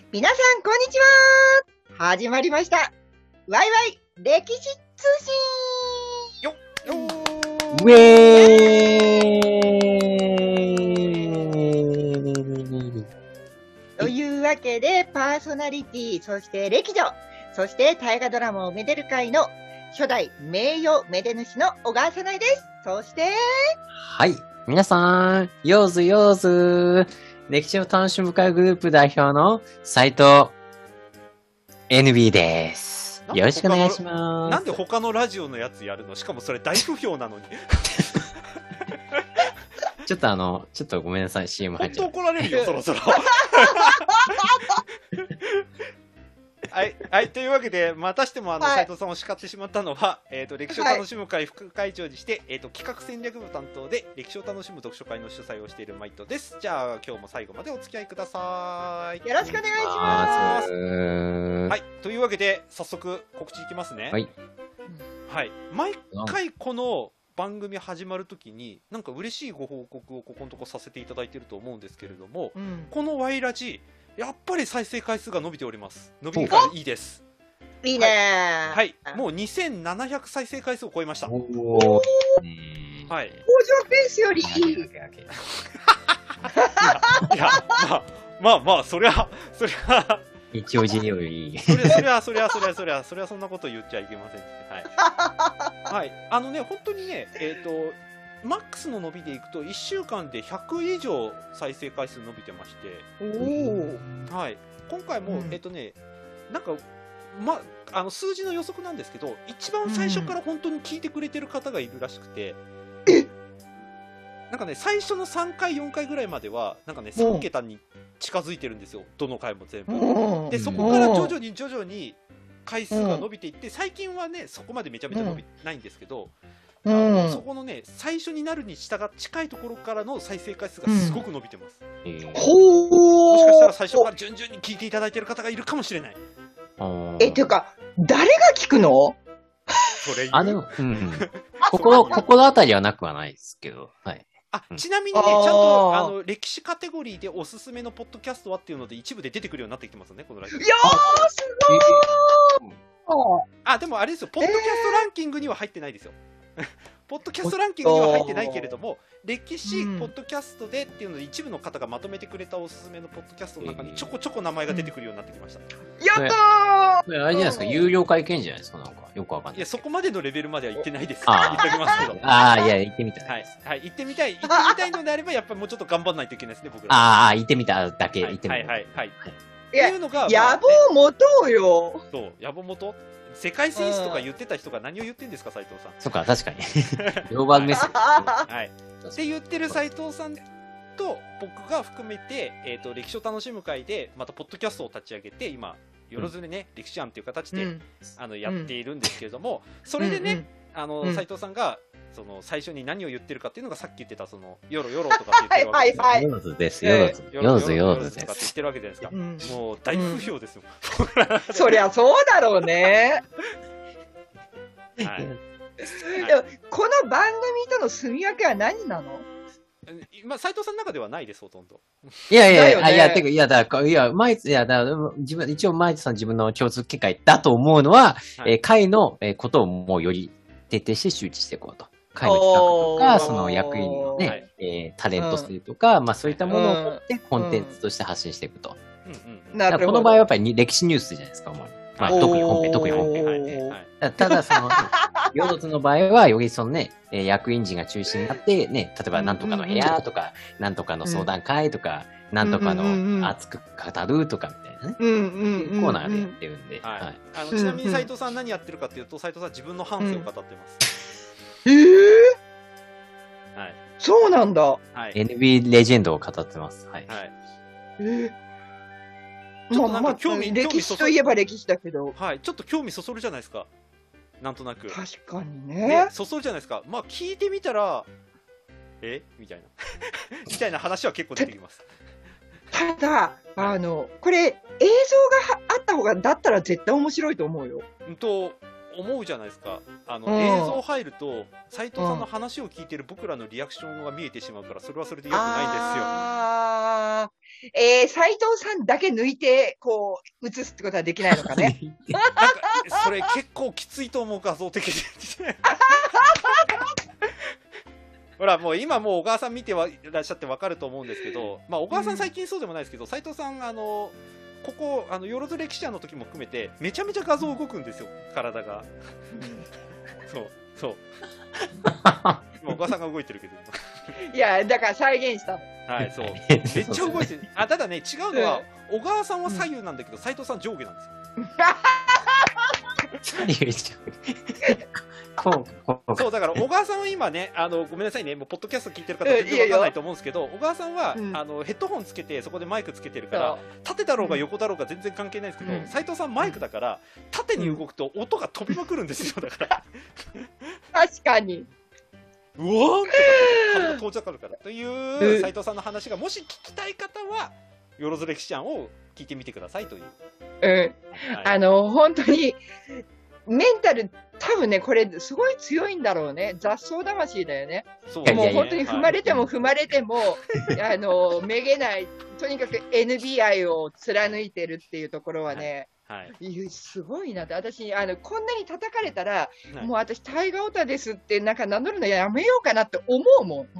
皆さん、こんにちは。始まりました。ワイワイ歴史通信よっよウェーイというわけで、パーソナリティ、そして歴女、そして大河ドラマをめでる会の初代名誉めで主の小川さないです。そして、 はい。皆さん、よーず。歴史を楽しむ会グループ代表の斉藤 NB です。よろしくお願いします。 なんで他のラジオのやつやるの？しかもそれ大不評なのに。 ちょっとごめんなさい、CM 入っちゃう。 本当怒られるよ、そろそろ。はい、というわけで、またしても斉藤さんを叱ってしまったのは、歴史を楽しむ会副会長にして、企画戦略部担当で、歴史を楽しむ読書会の主催をしているマイトです。じゃあ、今日も最後までお付き合いください。 よろしくお願いします。 はい、というわけで、早速告知いきますね。 はい。 はい、毎回この番組始まるときに、なんか嬉しいご報告をここのとこさせていただいていると思うんですけれども、このワイラジ、やっぱり再生回数が伸びております。伸びがいいです。 いいねー。はい、もう2700再生回数を超えました。 おー。 はい。 工場ペースよりいい。 いや、まあ、そりゃ。 一応字よりいい。 そりゃそんなこと言っちゃいけませんね。はい。はい。本当にね、マックスの伸びでいくと1週間で100以上再生回数伸びてまして、はい、今回も、なんか、数字の予測なんですけど、一番最初から本当に聞いてくれてる方がいるらしくて、なんかね、最初の3回4回ぐらいまではなんかね、3桁に近づいてるんですよ、どの回も全部で。そこから徐々に回数が伸びていって、最近はねそこまでめちゃめちゃ伸びないんですけど、そこのね、最初になるに従って近いところからの再生回数がすごく伸びてます。もしかしたら最初から順々に聞いていただいている方がいるかもしれない。 ていうか、誰が聞くの？ それでも、心当たりはなくはないですけど、はい。 ちなみにね、ちゃんと歴史カテゴリーでおすすめのポッドキャストはっていうので一部で出てくるようになってきてますね、このラジオ。 いやー、すごい。でもあれですよ、ポッドキャストランキングには入ってないですよ。ポッドキャストランキングには入ってないけれども、歴史ポッドキャストでっていうので一部の方がまとめてくれたおすすめのポッドキャストの中にちょこちょこ名前が出てくるようになってきました。 やったー。 これあれじゃないですか、有料会見じゃないですか、なんかよくわかんない。 いや、そこまでのレベルまでは行ってないです。言っておきますけど。 いや、行ってみたい。 はい、行ってみたいのであれば、やっぱりもうちょっと頑張らないといけないですね、僕ら。 行ってみただけ、行ってみた。 はい。 いや、野望持とうよ。 そう、野望持とう。世界戦士とか言ってた人が何を言ってんですか、斉藤さん。 そっか、確かに。両番目っすよ。 はい。って言ってる斉藤さんと僕が含めて、歴史を楽しむ会でまたポッドキャストを立ち上げて、今よろずね、歴史案っていう形で、やっているんですけれども、それでね、斉藤さんがその最初に何を言ってるかっていうのが、さっき言ってたそのヨロヨロとかって言ってるわけですよ。 ヨロズです。ヨロズとかって言ってるわけじゃないですか。もう大不評ですよ。 そりゃそうだろうね。でもこの番組との住み分けは何なの？ 斉藤さんの中ではないです、ほとんど。 いや、一応、マイトさん自分の共通見解だと思うのは、会のことをもうより徹底して周知していこうと。会の企画とか、その役員のね、タレント性とか、そういったものを持ってコンテンツとして発信していくと。この場合はやっぱり歴史ニュースじゃないですか、特に本編。ただ、ヨロズの場合は、よりそのね、役員陣が中心になって、ね、例えばなんとかの部屋とか、なんとかの相談会とか、なんとかの熱く語るとかみたいなね、コーナーでやってるんで。 ちなみに斉藤さん何やってるかっていうと、斉藤さん自分の半生を語ってます。 そうなんだ。 NB レジェンドを語ってます。はい。 歴史といえば歴史だけど、 ちょっと興味そそるじゃないですか。なんとなく。 確かにね。 そそるじゃないですか。聞いてみたら、みたいなみたいな話は結構出てきます。 ただこれ映像があった方がだったら絶対面白いと思うよ。 思うじゃないですか。映像入ると斉藤さんの話を聞いてる僕らのリアクションが見えてしまうから、それはそれで良くないんですよ。斉藤さんだけ抜いてこう映すってことはできないのかね。 なんかそれ結構きついと思う、画像的に。ほら、もう今もう小川さん見てはいらっしゃって分かると思うんですけど、まあ、小川さん最近そうでもないですけど、斉藤さんここよろず歴史者の時も含めてめちゃめちゃ画像動くんですよ、体が。そう今小川さんが動いてるけどいやだから再現したの。 はい、そうめっちゃ動いてる。ただね、違うのは、小川さんは左右なんだけど、斉藤さん上下なんですよ。そうだから小川さんは今ね、ごめんなさいね、もうポッドキャスト聞いてる方全然わかんないと思うんですけど、小川さんは、ヘッドホンつけてそこでマイクつけてるから、縦だろうが横だろうが全然関係ないですけど、斉藤さんマイクだから縦に動くと音が飛びまくるんですよ。だから確かにうわーんって体遠ざかるからという斉藤さんの話がもし聞きたい方はよろず歴史ちゃんを聞いてみてくださいという。 本当にメンタル多分ね、これすごい強いんだろうね。雑草魂だよね。もう本当に踏まれても踏まれても、めげない、とにかく NBI を貫いてるっていうところはね、すごいなって。私こんなに叩かれたら、もう私タイガーオタですってなんか名乗るのやめようかなって思うもん。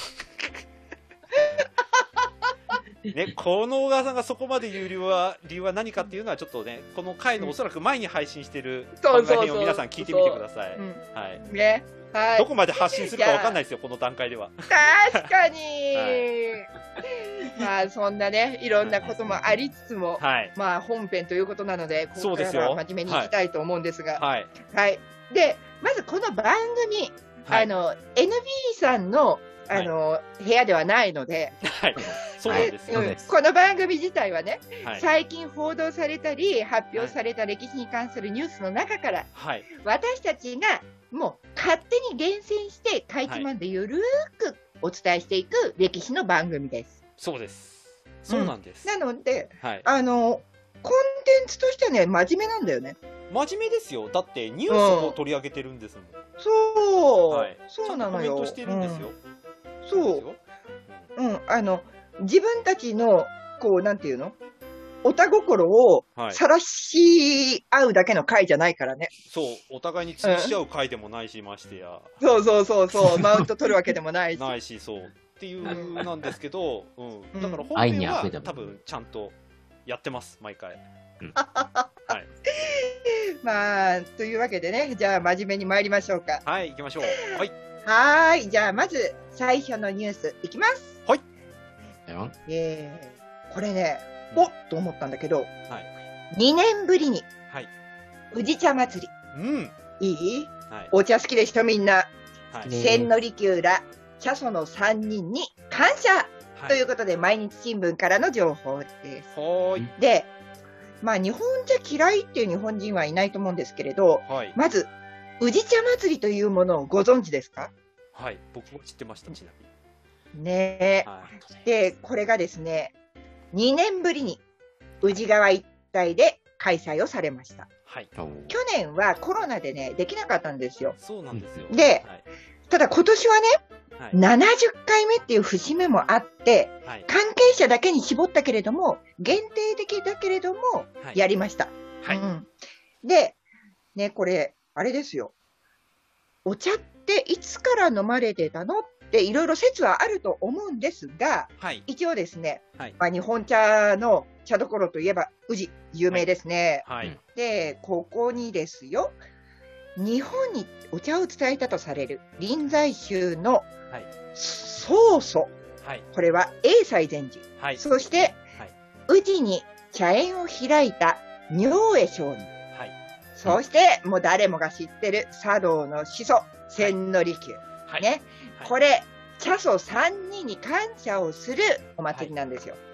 ね、この小川さんがそこまで言う理由は何かっていうのはちょっとね、この回のおそらく前に配信してる番外編を皆さん聞いてみてください。 ね、はい。 どこまで発信するかわかんないですよ、この段階では。 確かに。まあそんなね、いろんなこともありつつも、まあ本編ということなので、ここからは真面目にいきたいと思うんですが、はい。で、まずこの番組、NB さんの部屋ではないので、 そうなんですよ。 この番組自体はね、最近報道されたり発表された歴史に関するニュースの中から、私たちがもう勝手に厳選してかいつまんでゆるーくお伝えしていく歴史の番組です。 そうです。そうなんです。 なので、コンテンツとしてはね、真面目なんだよね。 真面目ですよ。だってニュースを取り上げてるんですもん。 そうなのよ。 コメントしてるんですよ。 自分たちのこうなんていうの、おた心を晒し合うだけの回じゃないからね。 そう、お互いに潰し合う回でもないし、ましてや。 そうマウント取るわけでもないし。 ないし、そうっていうなんですけど、だから本編は多分ちゃんとやってます、毎回。 まあというわけでね、じゃあ真面目に参りましょうか。 はい、行きましょう。 じゃあまず最初のニュースいきます。これね、おっと思ったんだけど、2年ぶりに宇治茶祭り、いい？お茶好きでしょみんな。千利休ら茶祖の3人に感謝ということで、毎日新聞からの情報です。で、まあ日本茶嫌いっていう日本人はいないと思うんですけれど、まず宇治茶祭りというものをご存知ですか？ はい、僕も知ってました、ちなみに。 で、これがですね、2年ぶりに宇治川一帯で開催をされました。去年はコロナでね、できなかったんですよ。 そうなんですよ。 で、ただ今年はね、70回目っていう節目もあって、関係者だけに絞ったけれども、限定的だけれども、やりました。で、ね、これ、あれですよ。お茶っていつから飲まれてたのっていろいろ説はあると思うんですが、一応ですね、日本茶の茶どころといえば宇治、有名ですね。で、ここにですよ、日本にお茶を伝えたとされる臨済宗の宗祖、これは永西禅師、そして、宇治に茶園を開いた明恵上人、そしてもう誰もが知ってる茶道の始祖千利休、これ茶祖3人に感謝をするお祭りなんですよ。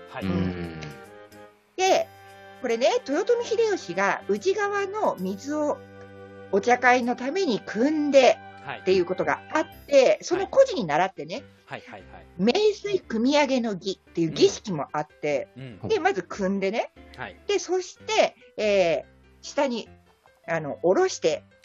で、これね、豊臣秀吉が宇治川の水をお茶会のために汲んでっていうことがあって、その故事に倣ってね、名水汲み上げの儀っていう儀式もあって、でまず汲んでね、でそして、下に下ろして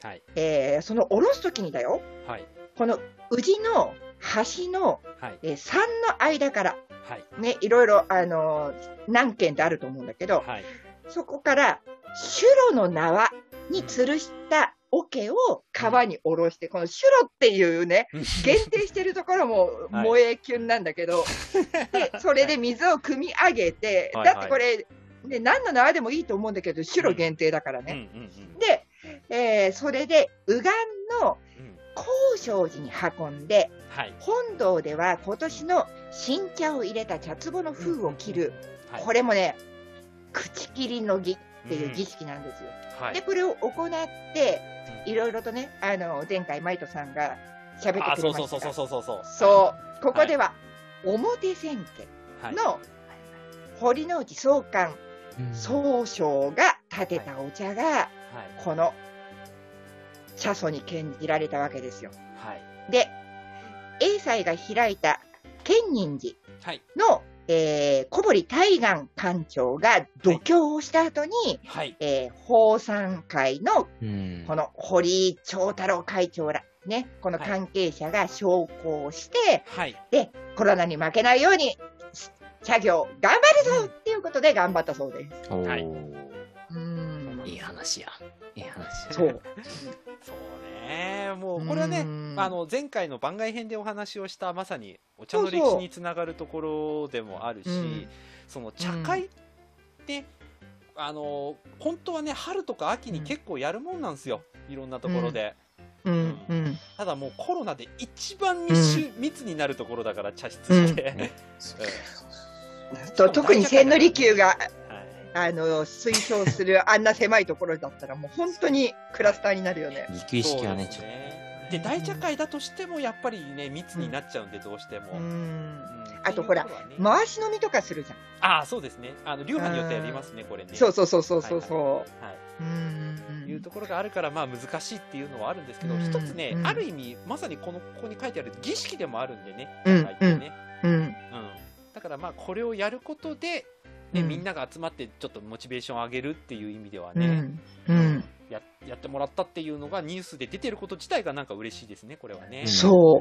その下ろすときにだよ、この宇治の橋の、山の間から、ね、いろいろ、何軒ってあると思うんだけど、そこからシュロの縄に吊るした桶を川に下ろして、このシュロっていうね、限定してるところも萌えキュンなんだけど、でそれで水を汲み上げて、だってこれ、ね、何の縄でもいいと思うんだけど、シュロ限定だからね。で、それで右岸の高尚寺に運んで、本堂では今年の新茶を入れた茶壺の封を切る、これもね、口切りの儀っていう儀式なんですよ。で、これを行って、いろいろとね、前回、マイトさんが喋ってくれましたが、そう、ここでは、表千家の堀之内宗官宗匠が建てたお茶が、この茶祖に献じられたわけですよ。で、栄西が開いた建仁寺の、小堀大願館長が度胸をした後に、法山会のこの堀長太郎会長ら、ね、この関係者が昇降して、で、コロナに負けないように茶業頑張るぞっていうことで頑張ったそうです。 いい話や。いい話。 そう。そうね。もうこれはね、前回の番外編でお話をしたまさにお茶の歴史につながるところでもあるし、その茶会って本当はね、春とか秋に結構やるもんなんですよ。いろんなところで。ただもうコロナで一番密になるところだから、茶室で。 特に千利休が推奨するあんな狭いところだったら、もう本当にクラスターになるよね。 利休式はね、 で大茶会だとしてもやっぱりね、密になっちゃうんで、どうしても。 あとほら、回し飲みとかするじゃん。そうですね。流派によってやりますね、これね。 そう。 いうところがあるから、まあ難しいっていうのはあるんですけど、一つね、ある意味まさにここに書いてある儀式でもあるんでね、茶会ってね。だからまあこれをやることで、みんなが集まってちょっとモチベーションを上げるっていう意味ではね、やってもらったっていうのがニュースで出てること自体がなんか嬉しいですね、これはね。 そう。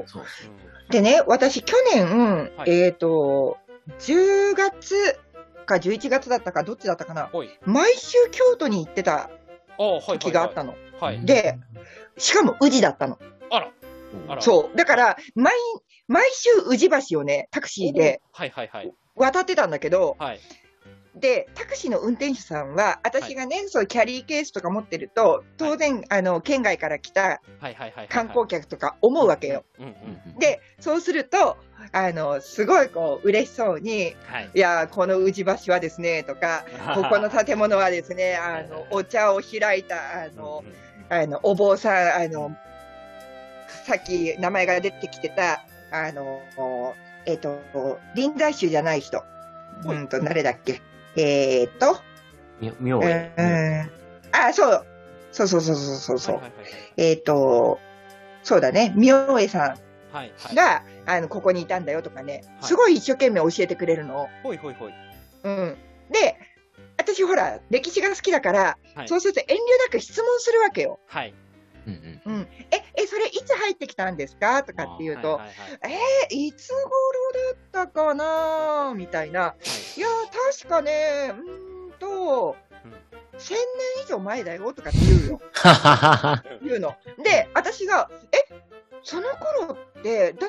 でね、私去年、10月か11月だったかどっちだったかな、毎週京都に行ってた時があったの。で、しかも宇治だったの。そう。だから、毎週宇治橋をね、タクシーで渡ってたんだけど、で、タクシーの運転手さんは、私がね、そういうキャリーケースとか持ってると、当然、県外から来た観光客とか思うわけよ。で、そうすると、すごいこう、嬉しそうに、いや、この宇治橋はですね、とか、ここの建物はですね、お茶を開いた、お坊さん、さっき名前が出てきてた、臨済宗じゃない人。誰だっけ？ 明恵。 そう。そうだね。明恵さんが、ここにいたんだよとかね、すごい一生懸命教えてくれるの。で、私ほら、歴史が好きだから、そうすると遠慮なく質問するわけよ。それいつ入ってきたんですかとかっていうと、いつ頃だったかなみたいな。いや、確かね、1000年以上前だよとかって言うよ。言うの。で、私が、その頃って、だって、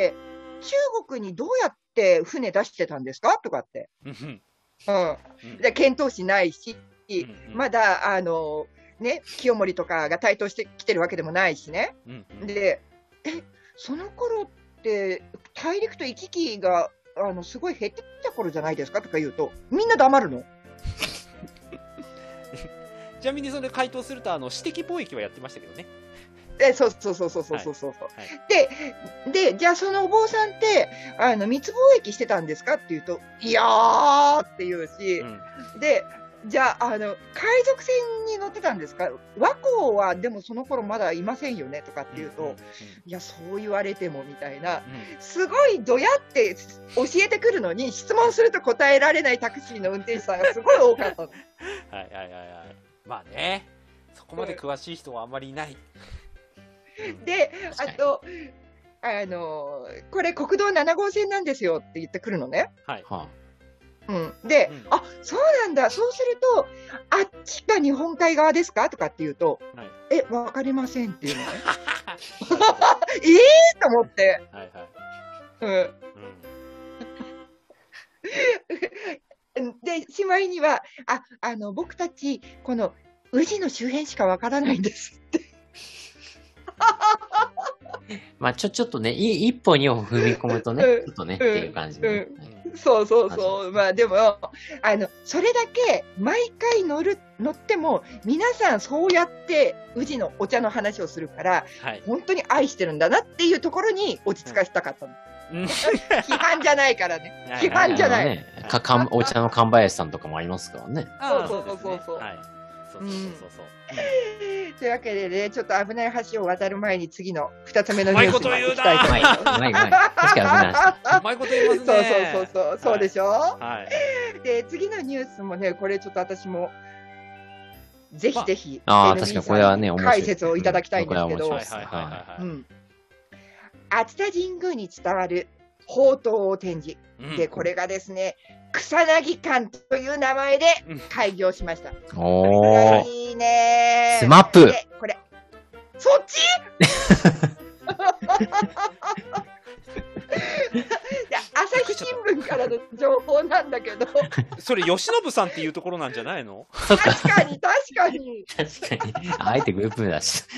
中国にどうやって船出してたんですかとかって。で、遣唐使ないし、まだ、ね、清盛とかが台頭してきてるわけでもないしね。で、その頃って大陸と行き来がすごい減ってきた頃じゃないですかとか言うと、みんな黙るの。 ちなみにそれ回答すると私的貿易はやってましたけどね。 そう。で、じゃあそのお坊さんって密貿易してたんですかって言うと、いやーって言うし、で、じゃあ、海賊船に乗ってたんですか？倭寇はでもその頃まだいませんよねとかって言うと、いや、そう言われてもみたいな、すごいどやって教えてくるのに、質問すると答えられないタクシーの運転手さんがすごい多かったの。 まあね、 そこまで詳しい人はあんまりいない。 で、あと、これ国道7号線なんですよって言ってくるのね。 はい。 で、あ、そうなんだ。そうすると、あっちが日本海側ですかとかって言うと、わかりませんっていうのね。と思って。で、しまいには、僕たち、この宇治の周辺しかわからないんですって。 まあ、ちょっとね、一歩二歩踏み込むとね、ちょっとね、っていう感じで。 そう。まあでも、それだけ毎回乗っても、皆さんそうやって宇治のお茶の話をするから、本当に愛してるんだなっていうところに落ち着かせたかったの。批判じゃないからね。批判じゃない。 お茶の神林さんとかもありますからね。 そう。というわけでね、ちょっと危ない橋を渡る前に次の2つ目のニュースに行きたいと思います。 確かに危ない。 うまいこと言いますね。 そうでしょ。で、次のニュースもね、これちょっと私もぜひぜひ、 確かにこれはね、 解説をいただきたいんですけど、熱田神宮に伝わる宝刀展示。で、これがですね、草薙館という名前で開業しました。いいね。 スマップ。 これ、そっち朝日新聞からの情報なんだけど。 それ、吉信さんっていうところなんじゃないの？ 確かに。 確かに。あえてグループだし。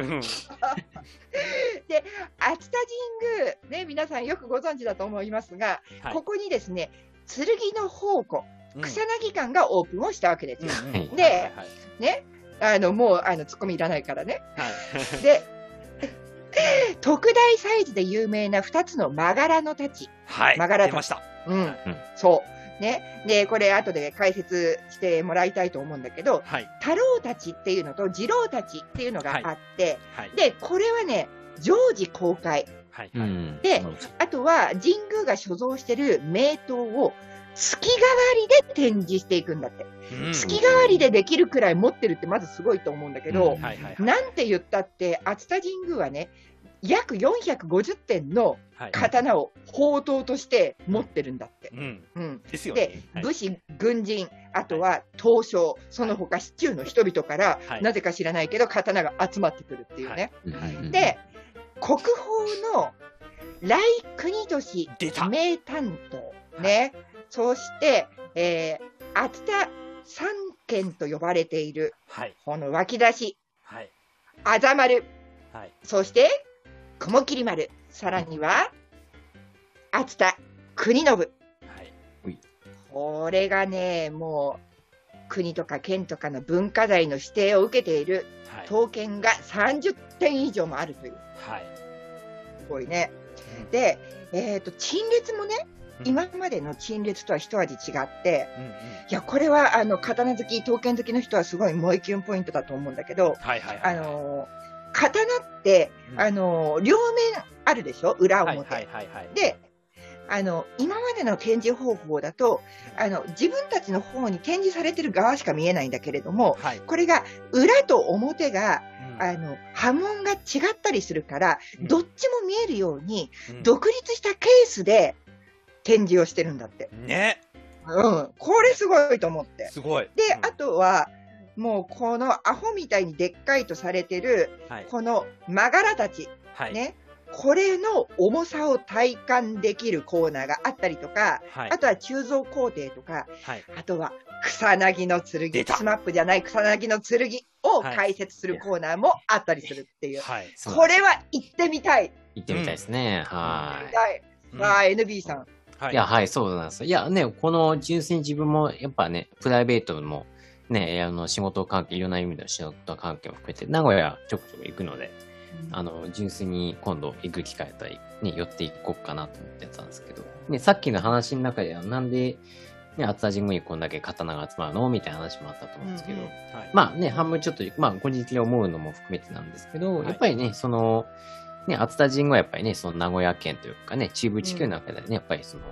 で、熱田神宮、ね、皆さんよくご存知だと思いますが、ここにですね、剣の宝庫、草薙館がオープンをしたわけですよ。で、ね、もう、ツッコミいらないからね。で、特大サイズで有名な2つのまがらの太刀。まがら太刀。そう。ね。で、これ後で解説してもらいたいと思うんだけど、太郎太刀っていうのと次郎太刀っていうのがあって、で、これはね、常時公開。で、あとは神宮が所蔵してる名刀を月替わりで展示していくんだって。月替わりでできるくらい持ってるってまずすごいと思うんだけど、なんて言ったって熱田神宮はね、約450点の刀を宝刀として持ってるんだって。で、武士、軍人、あとは刀匠、その他市中の人々から、なぜか知らないけど刀が集まってくるっていうね。で、国宝の来国年名担当ね。そして、熱田三剣と呼ばれている、この湧き出し、あざ丸、そして雲霧丸、さらには熱田国信。これがね、もう国とか県とかの文化財の指定を受けている刀剣が30点以上もあるという。すごいね。で、陳列もね、今までの陳列とは一味違って、いや、これは刀好き、刀剣好きの人はすごい萌えキュンポイントだと思うんだけど、刀って、両面あるでしょ、裏表。で、今までの展示方法だと、自分たちの方に展示されてる側しか見えないんだけれども、これが裏と表が、刃文が違ったりするから、どっちも見えるように、独立したケースで展示をしてるんだって。 ね。 これすごいと思って。 すごい。 で、あとは、もうこのアホみたいにでっかいとされてる、このまがらたち、ね。これの重さを体感できるコーナーがあったりとか、あとは鋳造工程とか、あとは草薙の剣、スマップじゃない草薙の剣を解説するコーナーもあったりするっていう。これは行ってみたい。 行ってみたいですね。 行ってみたい。さあ、NB さん。 いや、そうなんですよ。いやね、この純粋に自分も、やっぱね、プライベートも、ね、仕事関係、いろんな意味での仕事関係も含めて、名古屋ちょくちょく行くので、純粋に今度行く機会だったりに寄っていこうかなと思ってたんですけど、ね、さっきの話の中ではなんで、ね、熱田神宮にこんだけ刀が集まるのみたいな話もあったと思うんですけど、まあね、半分ちょっと、まあ、個人的に思うのも含めてなんですけど、やっぱりね、ね、熱田神宮はやっぱりね、その名古屋県というかね、中部地区の中でね、やっぱり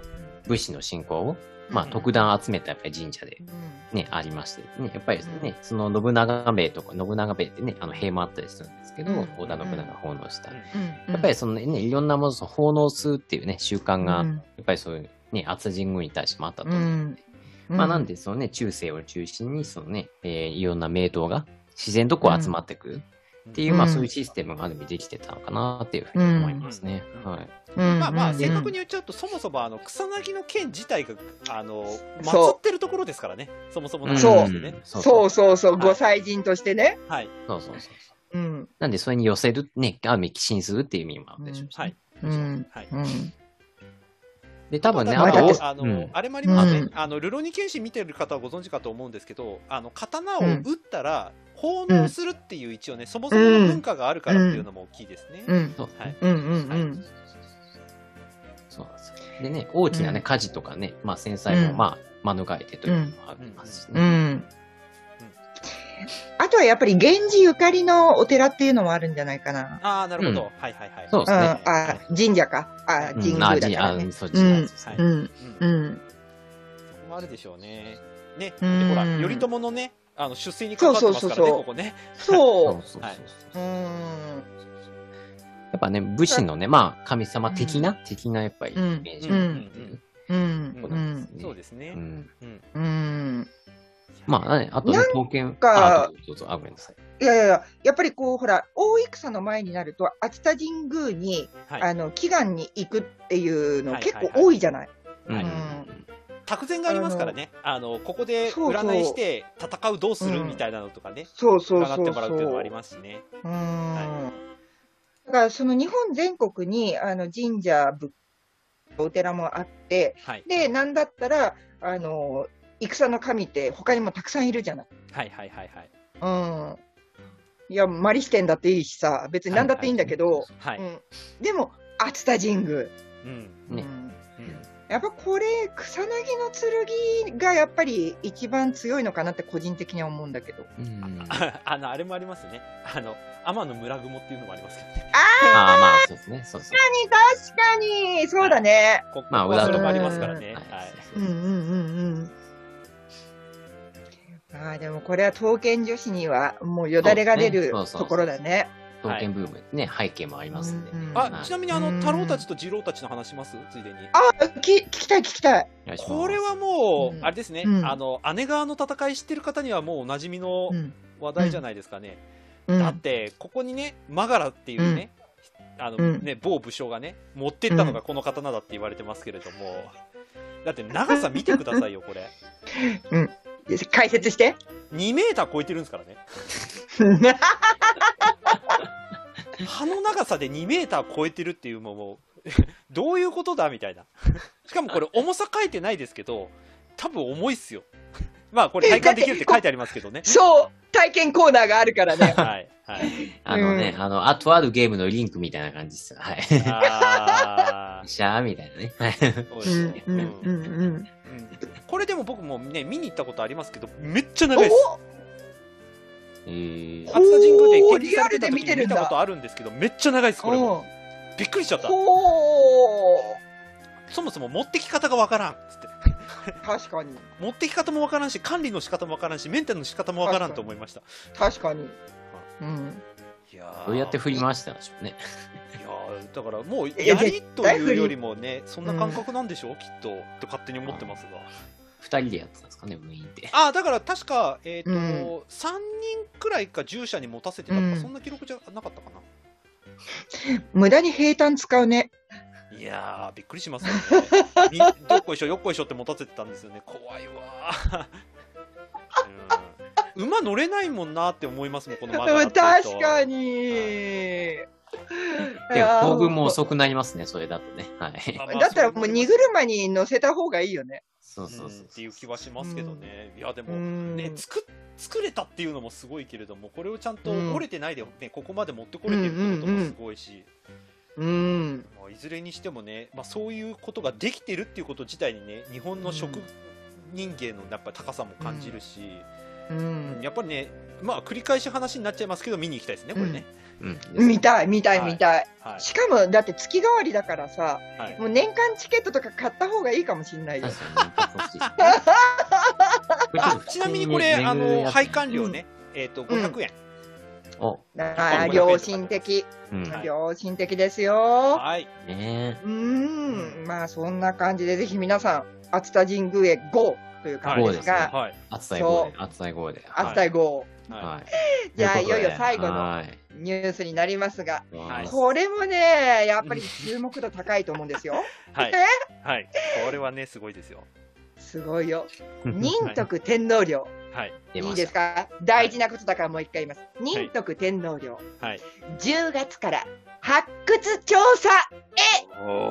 武士の信仰を、まあ、特段集めたやっぱり神社でね、ありましてね、やっぱりね、その信長兵衛とか、信長兵衛ってね、兵もあったりするんですけど、織田信長が奉納した。やっぱりそのね、いろんなものを奉納するっていうね、習慣が、やっぱりそういうね、熱田神宮に対してもあったと思うんで、まあなんでそのね、中世を中心にそのね、いろんな名刀が自然とこう集まってくるっていう、まあそういうシステムがある意味できてたのかなっていうふうに思いますね。はい。 まあまあ正確に言っちゃうと、そもそも草薙の剣自体が祀ってるところですからね、そもそもなんですよね。 そうそうそう、ご祭神としてね。 はい。 そうそうそう。なんでそれに寄せるね、ある意味寄進するっていう意味もあるでしょうし。はい。はい。で、多分ね、 あれもありますね。ルロニケンシン見てる方はご存知かと思うんですけど、刀を打ったら奉納するっていう一応ね、そもそもの文化があるからっていうのも大きいですね。 そうなんですよ。でね、大きなね、火事とかね、まあ戦災もまあ免れてというのもありますしね。 あとはやっぱり源氏ゆかりのお寺っていうのもあるんじゃないかな。 ああ、なるほど。はいはいはい。 そうですね。 神社か。神宮だからね。 そっちなんですね。 そこもあるでしょうね。ね、ほら、頼朝のね、出世に関わってますからね、ここね。 そう。 やっぱね、武士のね、まあ、神様的なやっぱりイメージ。 そうですね。 まあね、あとね、刀剣、どうぞ、ごめんなさい。 いやいや、やっぱりこう、ほら、大戦の前になると、熱田神宮に、祈願に行くっていうの結構多いじゃない。 託前がありますからね。ここで占いして戦うどうするみたいなのとかね。 そうそう伺ってもらうっていうのもありますしね。 だから、その日本全国に、神社、お寺もあって、で、なんだったら、戦の神って他にもたくさんいるじゃない。 はいはいはいはい。 いや、マリ視点だっていいしさ、別に何だっていいんだけど、でも、熱田神宮。やっぱこれ、草薙の剣がやっぱり一番強いのかなって個人的には思うんだけど。 あれもありますね。天の村雲っていうのもありますけどね。 まあ、そうですね。確かに、そうだね。 まあ、裏のもありますからね。 でもこれは刀剣女子にはもうよだれが出るところだね。 刀剣ブームね、背景もありますんで。 ちなみに太郎たちと次郎たちの話しますついでに。 聞きたい。 これはもう、あれですね、姉川の戦い知ってる方にはもうおなじみの話題じゃないですかね。だって、ここにね、マガラっていうね、某武将がね、持ってったのがこの刀だって言われてますけれども、だって長さ見てくださいよ、これ。 解説して。 2メーター超えてるんですからね。刃の長さで2メーター超えてるっていう、もうどういうことだみたいな。しかもこれ重さ書いてないですけど、多分重いっすよ。まあこれ体感できるって書いてありますけどね。 そう、体験コーナーがあるからね。 はい。とあるゲームのリンクみたいな感じですよ。はい。シャーみたいなね。そうですね。 これでも僕もね、見に行ったことありますけど、めっちゃ長いです。熱田神宮でリアルで見てるんだ。 見たことあるんですけど、めっちゃ長いです、これも。びっくりしちゃった。そもそも持ってき方がわからんっつって。 確かに。 持ってき方もわからんし、管理の仕方もわからんし、メンテの仕方もわからんと思いました。 確かに。 どうやって振り回してたんでしょうね。 だからもうやりというよりもね、そんな感覚なんでしょう、きっとと勝手に思ってますが。 2人でやってたんですかね、部員で。 だから確か3人くらいか従者に持たせてたとか、そんな記録じゃなかったかな。 無駄に平坦使うね。 いやー、びっくりしますよね。どっこいしょよっこいしょって持たせてたんですよね。怖いわ。馬乗れないもんなって思いますもん、このマガラって。 確かに。 でも当分も遅くなりますね、それだとね。はい。 だったらもう荷車に乗せた方がいいよね。 そうっていう気はしますけどね。いやでもね、作れたっていうのもすごいけれども、これをちゃんと折れてないでね、ここまで持ってこれてるってこともすごいし。いずれにしてもね、そういうことができてるっていうこと自体にね、日本の食人間のやっぱ高さも感じるし、やっぱりね、繰り返し話になっちゃいますけど、見に行きたいですね、これね。 見たい。しかも、だって月替わりだからさ、もう年間チケットとか買った方がいいかもしれないよ。 ちなみにこれ、配管料ね、500円。 良心的。良心的ですよ。 はい。 まあ、そんな感じで、ぜひ皆さん、熱田神宮へ GO という感じですが。 熱田へ GO で。熱田へ GO で。 熱田へ GO。じゃあ、いよいよ最後のニュースになりますが、これもね、やっぱり注目度高いと思うんですよ。 はい。これはね、すごいですよ。 すごいよ。仁徳天皇陵。いいですか？大事なことだからもう一回言います。仁徳天皇陵。10月から発掘調査へ。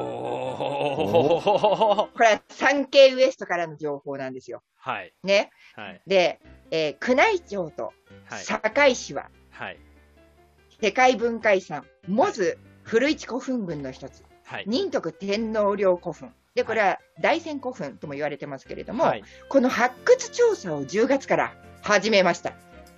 これは産経ウエストからの情報なんですよ。ね。で、宮内庁と堺市は、世界文化遺産、モズ古市古墳群の一つ、仁徳天皇陵古墳。で、これは大仙古墳とも言われてますけれども、この発掘調査を10月から始めました。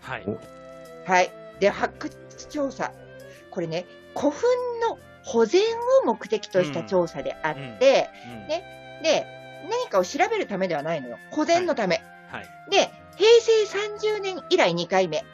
で、発掘調査。これね、古墳の保全を目的とした調査であって、で、何かを調べるためではないのよ。保全のため。で、平成30年以来2回目。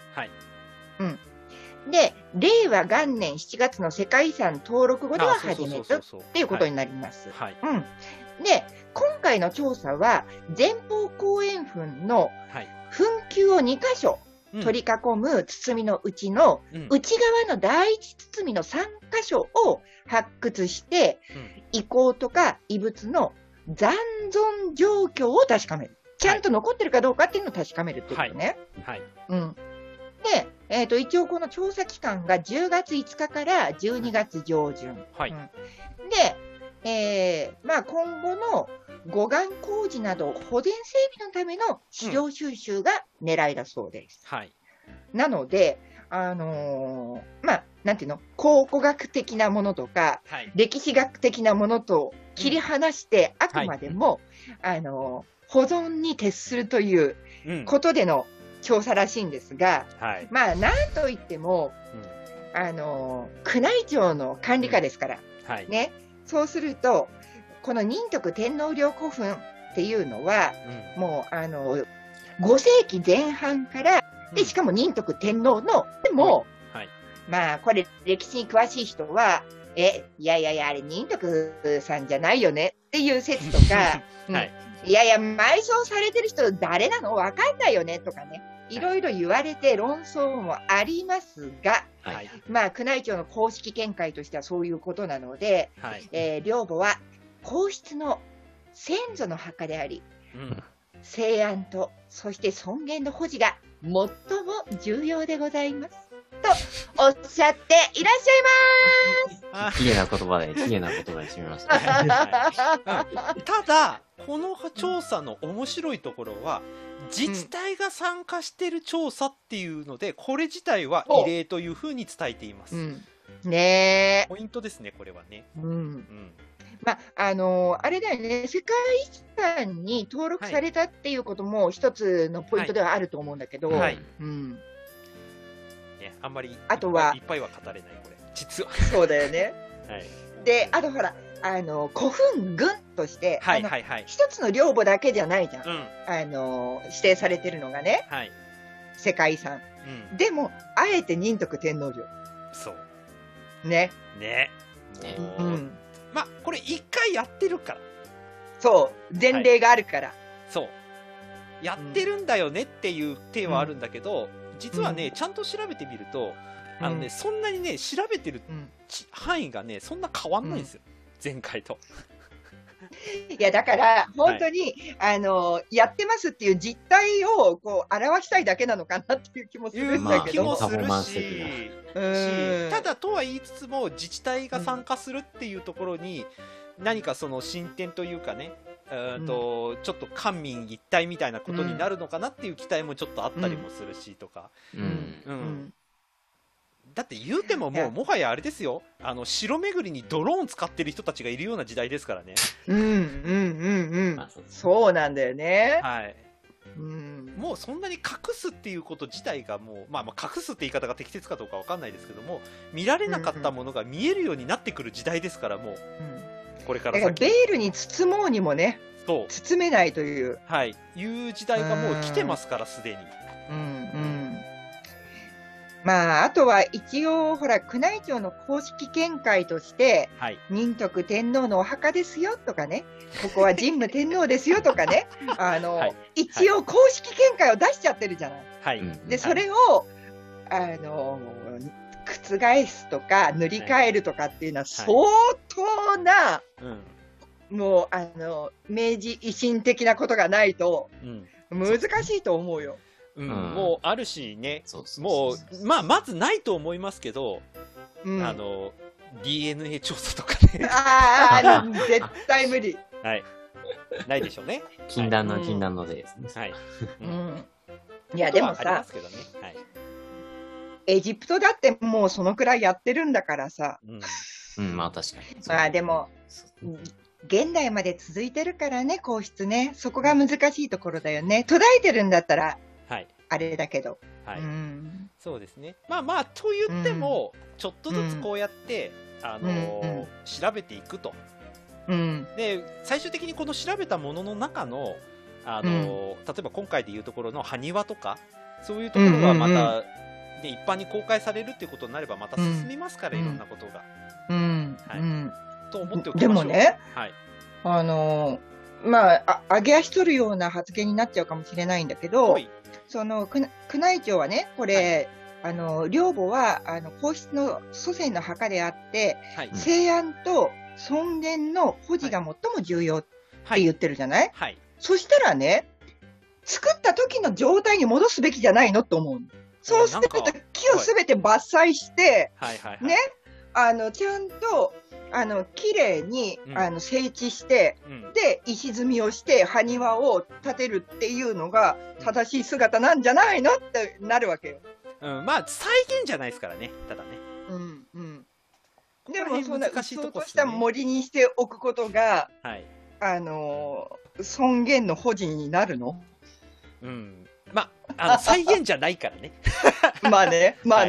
で、令和元年7月の世界遺産登録後では初めてっていうことになります。で、今回の調査は、前方後円墳の墳丘を2箇所取り囲む包みのうちの内側の第一包みの3箇所を発掘して、遺構とか遺物の残存状況を確かめる。ちゃんと残ってるかどうかっていうのを確かめるってことね。で、一応この調査期間が10月5日から12月上旬。で、まあ今後の護岸工事など保全整備のための資料収集が狙いだそうです。なので、まあ、なんていうの、考古学的なものとか、歴史学的なものと切り離して、あくまでも、保存に徹するということでの調査らしいんですが、まあ、なんといっても、宮内庁の管理下ですから、ね、そうすると、この仁徳天皇陵古墳っていうのは、もう、5世紀前半から、で、しかも仁徳天皇の、でも、まあ、これ、歴史に詳しい人は、いや、あれ、仁徳さんじゃないよねっていう説とか、いや、埋葬されてる人誰なのわかんないよねとかね、いろいろ言われて論争もありますが、まあ、宮内庁の公式見解としてはそういうことなので、陵墓は皇室の先祖の墓であり、静安と、そして尊厳の保持が最も重要でございます。とおっしゃっていらっしゃいます。 綺麗な言葉で締めました。 ただ、この調査の面白いところは、自治体が参加している調査っていうので、これ自体は異例というふうに伝えています。 ねえ。 ポイントですね、これはね。 まあ、あれだよね、世界遺産に登録されたっていうことも一つのポイントではあると思うんだけど、 あんまりあとはいっぱいは語れない、これ、実は。 そうだよね。で、あとほら、古墳群として、一つの陵墓だけじゃないじゃん。指定されてるのがね、世界遺産。でも、あえて仁徳天皇陵。 そう。 ね。 まあ、これ一回やってるから。 そう。前例があるから。 そう。やってるんだよねっていう体はあるんだけど、実はね、ちゃんと調べてみると、そんなにね、調べてる範囲がね、そんな変わんないんですよ。前回と。 いや、だから、本当に、やってますっていう実態を、こう、表したいだけなのかなっていう気もするんだけど。 気もするしただ、とは言いつつも、自治体が参加するっていうところに、何かその進展というかね、ちょっと官民一体みたいなことになるのかなっていう期待もちょっとあったりもするしとか。だって言うてももはやあれですよ、城巡りにドローン使ってる人たちがいるような時代ですからね。 そうなんだよね。 もうそんなに隠すっていうこと自体がもう、隠すって言い方が適切かどうかわかんないですけども、見られなかったものが見えるようになってくる時代ですから、もう、これから先。 ベールに包もうにもね、包めないという。 はい。いう時代がもう来てますから、すでに。 あとは一応、ほら、宮内庁の公式見解として、仁徳天皇のお墓ですよとかね、ここは神武天皇ですよとかね、一応公式見解を出しちゃってるじゃない。で、それを、覆すとか、塗り替えるとかっていうのは相当な、もう、明治維新的なことがないと、難しいと思うよ。 もうあるしね、もう、まずないと思いますけど、DNA 調査とかね。 絶対無理。 はい。ないでしょうね。 禁断のですね。 はい。 いや、でもさ、エジプトだってもうそのくらいやってるんだからさ。 まあ確かに。 でも、現代まで続いてるからね、皇室ね。そこが難しいところだよね。途絶えてるんだったら、あれだけど。 そうですね。と言っても、ちょっとずつこうやって、調べていくと。で、最終的にこの調べたものの中の、例えば今回でいうところの埴輪とか、そういうところがまた、一般に公開されるっていうことになればまた進みますから、いろんなことが。と思っておきましょう。 でもね、揚げ足取るような発言になっちゃうかもしれないんだけど、その宮内庁はね、これ、陵墓は皇室の祖先の墓であって、静安と尊厳の保持が最も重要って言ってるじゃない？そしたらね、作った時の状態に戻すべきじゃないのと思う。そうすると木をすべて伐採して、ね、ちゃんと綺麗に整地して、で石積みをして埴輪を建てるっていうのが正しい姿なんじゃないのってなるわけよ。 再現じゃないですからね、ただね。 でもそんなうっそうとした森にしておくことが、尊厳の保持になるの？ 再現じゃないからね。 まあね。はい。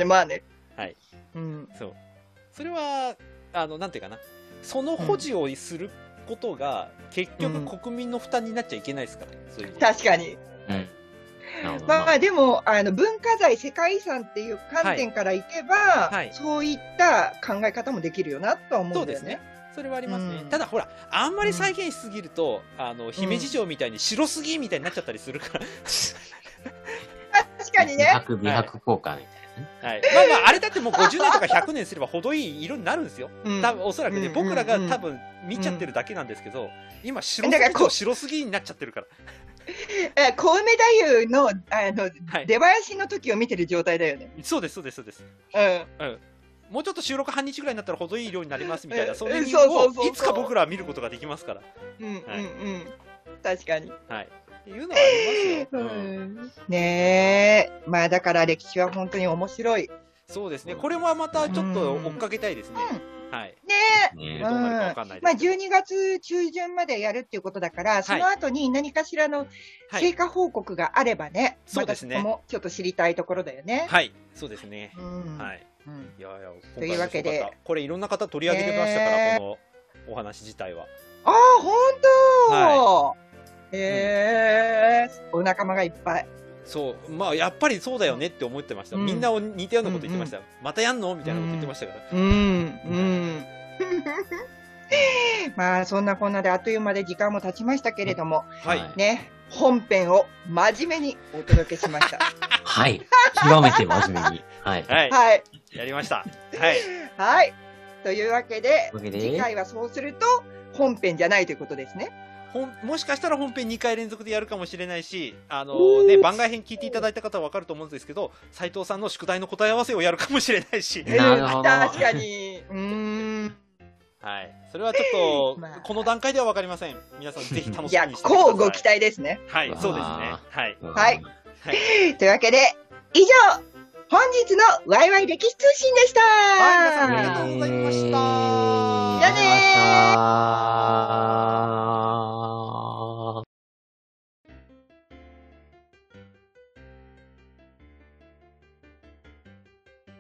そう。それは、なんていうかな。その保持をすることが、結局国民の負担になっちゃいけないですから、そういう。 確かに。でも、文化財世界遺産っていう観点からいけば、そういった考え方もできるよなとは思うんだよね。そうですね。 それはありますね。ただほら、あんまり再現しすぎると、姫路城みたいに白すぎみたいになっちゃったりするから。 確かにね。 美白効果みたいなね。あれだってもう50年とか100年すれば程いい色になるんですよ。多分おそらくね、僕らが多分見ちゃってるだけなんですけど、今白すぎになっちゃってるから。 小梅太夫の出囃子の時を見てる状態だよね。 そうです。もうちょっと収録半日ぐらいになったら程いい量になりますみたいな、それをいつか僕らは見ることができますから。 確かに。 っていうのはありますよ。 ねえ。だから歴史は本当に面白い。 そうですね。これはまたちょっと追っかけたいですね。 ねどうなるかわかんないですけど。 12月中旬までやるっていうことだから、その後に何かしらの成果報告があればね、 そうですね。 もちょっと知りたいところだよね。 そうですね。 というわけで、 これいろんな方取り上げてましたから、このお話自体は。 本当。お仲間がいっぱい。 そう、やっぱりそうだよねって思ってました。みんな似たようなこと言ってました。またやんのみたいなこと言ってましたから。 そんなこんなであっという間で時間も経ちましたけれども、ね、本編を真面目にお届けしました。 極めて真面目に。 やりました。 というわけで、次回はそうすると本編じゃないということですね。 もしかしたら本編2回連続でやるかもしれないし、番外編聞いていただいた方は分かると思うんですけど、斉藤さんの宿題の答え合わせをやるかもしれないし。 確かに。 それはちょっと、この段階では分かりません。皆さんぜひ楽しみにしてください。 こうご期待ですね。 そうですね。 というわけで、以上、本日のワイワイ歴史通信でした。 皆さんありがとうございました。 じゃあねー。